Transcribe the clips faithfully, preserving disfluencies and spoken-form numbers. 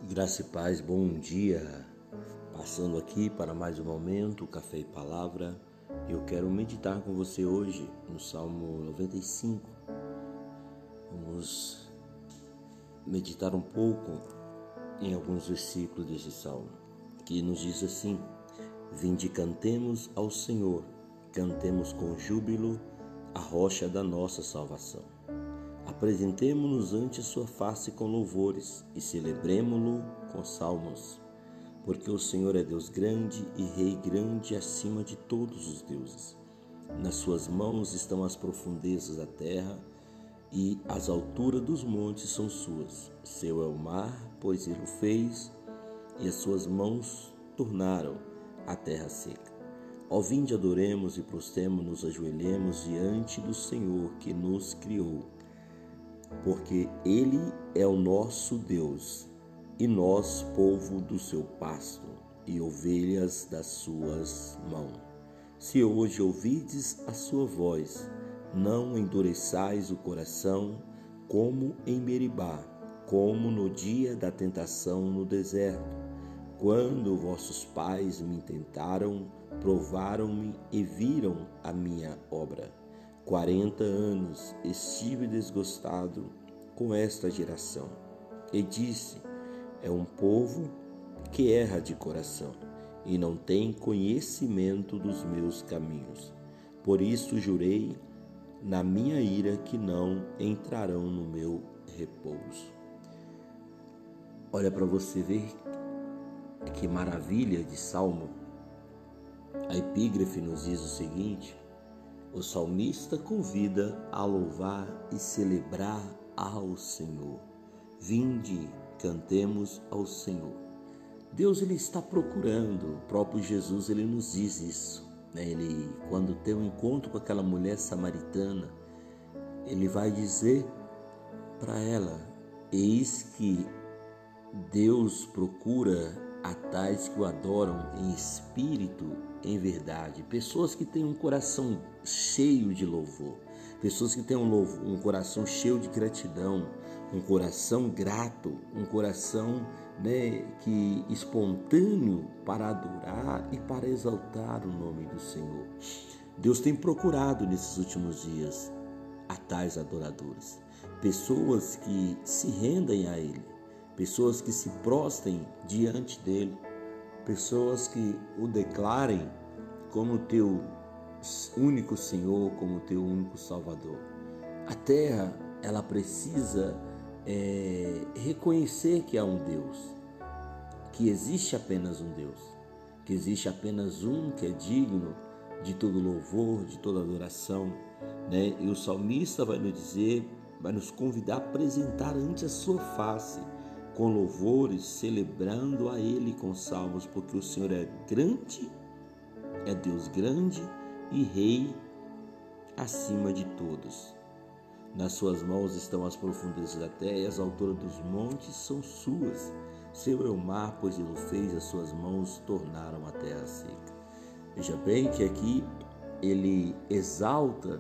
Graça e paz, bom dia. Passando aqui para mais um momento, Café e Palavra. Eu quero meditar com você hoje no Salmo noventa e cinco. Vamos meditar um pouco em alguns versículos desse salmo, que nos diz assim: Vinde, cantemos ao Senhor, cantemos com júbilo a rocha da nossa salvação. Apresentemo-nos ante a sua face com louvores e celebremo-lo com salmos, porque o Senhor é Deus grande e Rei grande acima de todos os deuses. Nas suas mãos estão as profundezas da terra e as alturas dos montes são suas. Seu é o mar, pois ele o fez, e as suas mãos tornaram a terra seca. Ó, vinde, adoremos e prostremo-nos, ajoelhemos diante do Senhor que nos criou, porque Ele é o nosso Deus, e nós, povo do seu pasto, e ovelhas das suas mãos. Se hoje ouvides a sua voz, não endureçais o coração, como em Meribá, como no dia da tentação no deserto, quando vossos pais me tentaram, provaram-me e viram a minha obra. Quarenta anos estive desgostado com esta geração, e disse: é um povo que erra de coração, e não tem conhecimento dos meus caminhos. Por isso jurei na minha ira que não entrarão no meu repouso. Olha para você ver que maravilha de salmo. A epígrafe nos diz o seguinte: o salmista convida a louvar e celebrar ao Senhor. Vinde, cantemos ao Senhor. Deus ele está procurando, o próprio Jesus ele nos diz isso, né? Ele, quando tem um encontro com aquela mulher samaritana, ele vai dizer para ela: eis que Deus procura a tais que o adoram em espírito, em verdade. Pessoas que têm um coração cheio de louvor, pessoas que têm um, louvor, um coração cheio de gratidão, um coração grato, um coração, né, que espontâneo para adorar e para exaltar o nome do Senhor. Deus tem procurado nesses últimos dias a tais adoradores, pessoas que se rendem a Ele, pessoas que se prostrem diante dele, pessoas que o declarem como teu único Senhor, como teu único Salvador. A terra, ela precisa é, reconhecer que há um Deus, que existe apenas um Deus, que existe apenas um que é digno de todo louvor, de toda adoração, né? E o salmista vai nos dizer, vai nos convidar a apresentar ante a sua face com louvores, celebrando a Ele com salmos, porque o Senhor é grande, é Deus grande e Rei acima de todos. Nas suas mãos estão as profundezas da terra e as alturas dos montes são suas. Seu é o mar, pois Ele o fez, as suas mãos tornaram a terra seca. Veja bem que aqui ele exalta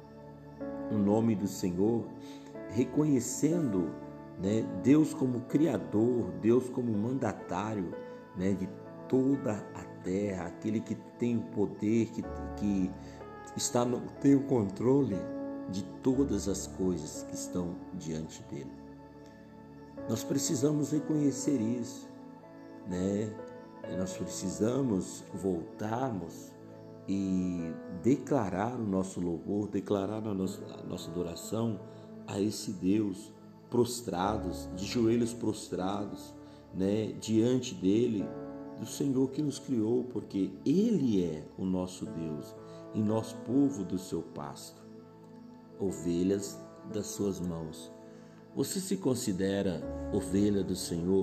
o nome do Senhor, reconhecendo, né, Deus como Criador, Deus como mandatário, né, de toda a terra, aquele que tem o poder, que, que está no, tem o controle de todas as coisas que estão diante dele. Nós precisamos reconhecer isso, né? Nós precisamos voltarmos e declarar o nosso louvor, declarar a nossa, a nossa adoração a esse Deus, prostrados, de joelhos prostrados, né, diante dele, do Senhor que nos criou, porque Ele é o nosso Deus e nós, povo do seu pasto, ovelhas das suas mãos. Você se considera ovelha do Senhor?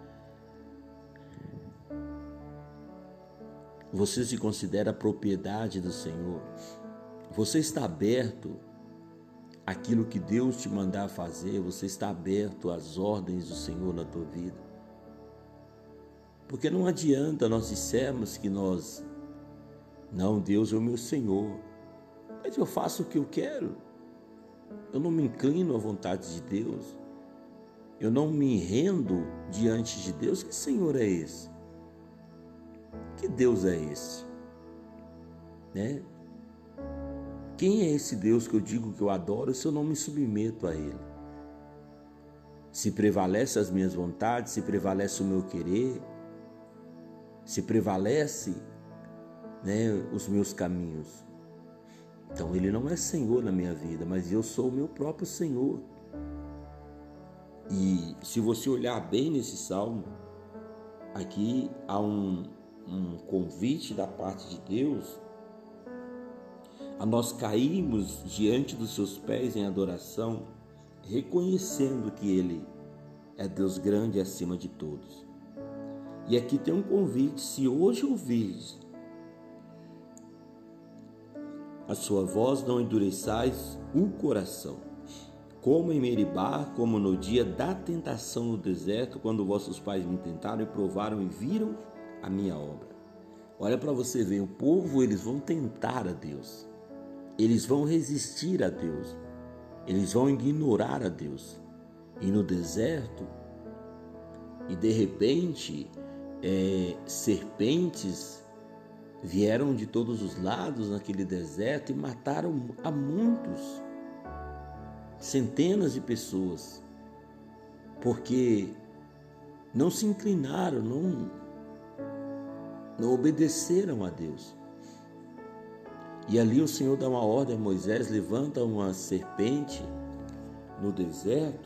Você se considera propriedade do Senhor? Você está aberto àquilo que Deus te mandar fazer? Você está aberto às ordens do Senhor na tua vida? Porque não adianta nós dissermos que nós, não, Deus é o meu Senhor, mas eu faço o que eu quero, eu não me inclino à vontade de Deus. eu não me rendo diante de Deus, que Senhor é esse? Que Deus é esse? Né? Quem é esse Deus que eu digo que eu adoro se eu não me submeto a Ele? Se prevalece as minhas vontades, se prevalece o meu querer, se prevalece, né, os meus caminhos. Então Ele não é Senhor na minha vida, mas eu sou o meu próprio Senhor. E se você olhar bem nesse salmo, aqui há um, um convite da parte de Deus a nós cairmos diante dos seus pés em adoração, reconhecendo que Ele é Deus grande e acima de todos. E aqui tem um convite: se hoje ouvires a sua voz, não endureçais o coração, como em Meribá, como no dia da tentação no deserto, quando vossos pais me tentaram e provaram e viram a minha obra. Olha para você ver, o povo, eles vão tentar a Deus, eles vão resistir a Deus, eles vão ignorar a Deus. E no deserto, e de repente, é, serpentes vieram de todos os lados naquele deserto e mataram a muitos, centenas de pessoas, porque não se inclinaram, não, não obedeceram a Deus. E ali o Senhor dá uma ordem a Moisés: levanta uma serpente no deserto,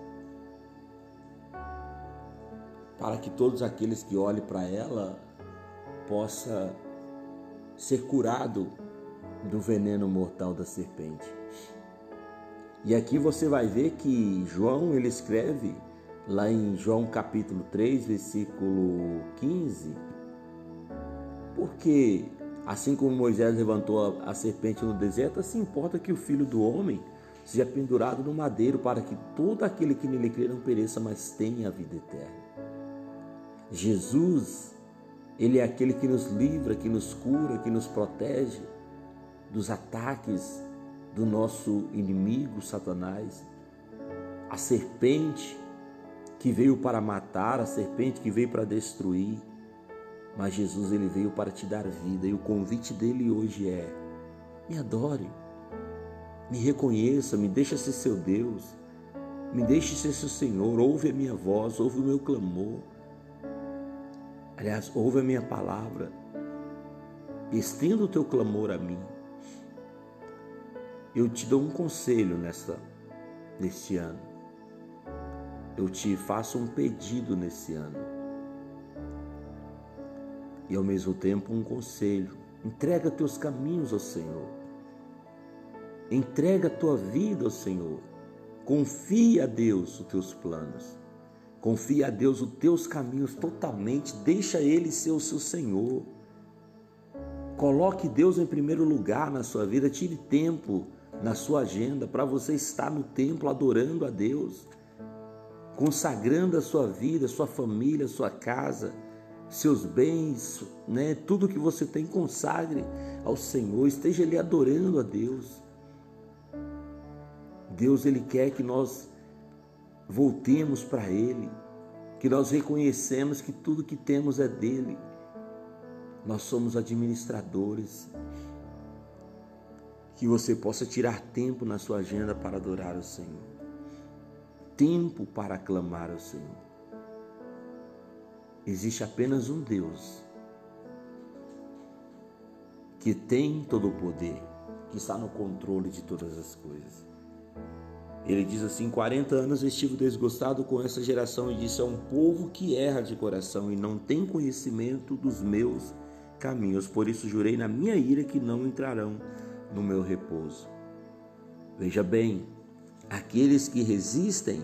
para que todos aqueles que olhem para ela possa ser curado do veneno mortal da serpente. E aqui você vai ver que João, ele escreve lá em João capítulo três, versículo quinze, porque assim como Moisés levantou a serpente no deserto, assim importa que o Filho do Homem seja pendurado no madeiro, para que todo aquele que nele crê não pereça, mas tenha a vida eterna. Jesus, Ele é aquele que nos livra, que nos cura, que nos protege dos ataques do nosso inimigo, Satanás. A serpente que veio para matar, a serpente que veio para destruir, mas Jesus, Ele veio para te dar vida, e o convite dele hoje é: me adore, me reconheça, me deixa ser seu Deus, me deixe ser seu Senhor, ouve a minha voz, ouve o meu clamor, aliás, ouve a minha palavra, estenda o teu clamor a mim. Eu te dou um conselho nessa, nesse ano, eu te faço um pedido nesse ano, e ao mesmo tempo um conselho: entrega teus caminhos ao Senhor, entrega a tua vida ao Senhor, confia a Deus os teus planos, confia a Deus os teus caminhos totalmente, deixa Ele ser o seu Senhor, coloque Deus em primeiro lugar na sua vida, tire tempo na sua agenda para você estar no templo adorando a Deus, consagrando a sua vida, sua família, sua casa, seus bens, né? Tudo que você tem, consagre ao Senhor, esteja ali adorando a Deus. Deus, Ele quer que nós voltemos para Ele, que nós reconhecemos que tudo que temos é dEle. Nós somos administradores. Que você possa tirar tempo na sua agenda para adorar o Senhor, tempo para aclamar ao Senhor. Existe apenas um Deus que tem todo o poder, que está no controle de todas as coisas. Ele diz assim: quarenta anos estive desgostado com essa geração, e disse: é um povo que erra de coração e não tem conhecimento dos meus caminhos. Por isso jurei na minha ira que não entrarão no meu repouso. Veja bem, aqueles que resistem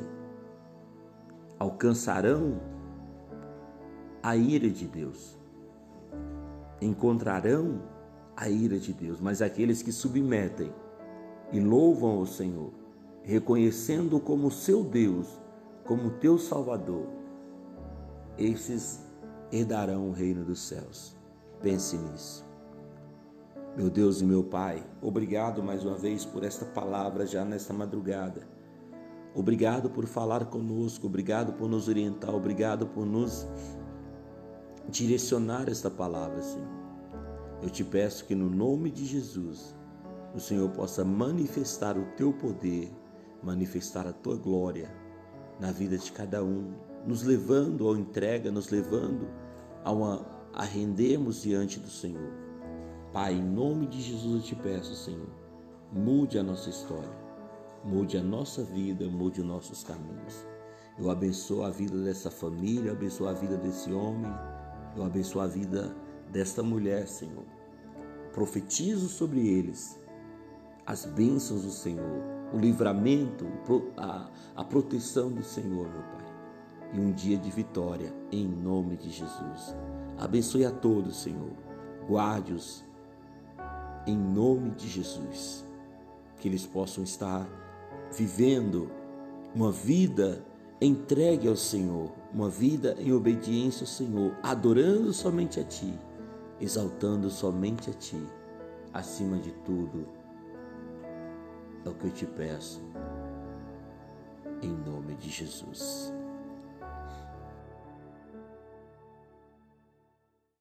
alcançarão a ira de Deus, encontrarão a ira de Deus, mas aqueles que submetem e louvam ao Senhor, reconhecendo-o como seu Deus, como teu Salvador, esses herdarão o reino dos céus. Pense nisso. Meu Deus e meu Pai, obrigado mais uma vez por esta palavra já nesta madrugada. Obrigado por falar conosco, obrigado por nos orientar, obrigado por nos direcionar esta palavra, Senhor. Eu te peço que no nome de Jesus, o Senhor possa manifestar o teu poder, manifestar a tua glória na vida de cada um, nos levando à entrega, nos levando a, uma, a rendermos diante do Senhor. Pai, em nome de Jesus eu te peço, Senhor, mude a nossa história, mude a nossa vida, mude os nossos caminhos. Eu abençoo a vida dessa família, eu abençoo a vida desse homem, eu abençoo a vida desta mulher, Senhor. Profetizo sobre eles as bênçãos do Senhor, o livramento, a, a proteção do Senhor, meu Pai. E um dia de vitória, em nome de Jesus. Abençoe a todos, Senhor. Guarde-os, em nome de Jesus. Que eles possam estar vivendo uma vida entregue ao Senhor, uma vida em obediência ao Senhor, adorando somente a Ti, exaltando somente a Ti. Acima de tudo, é o que eu te peço, em nome de Jesus.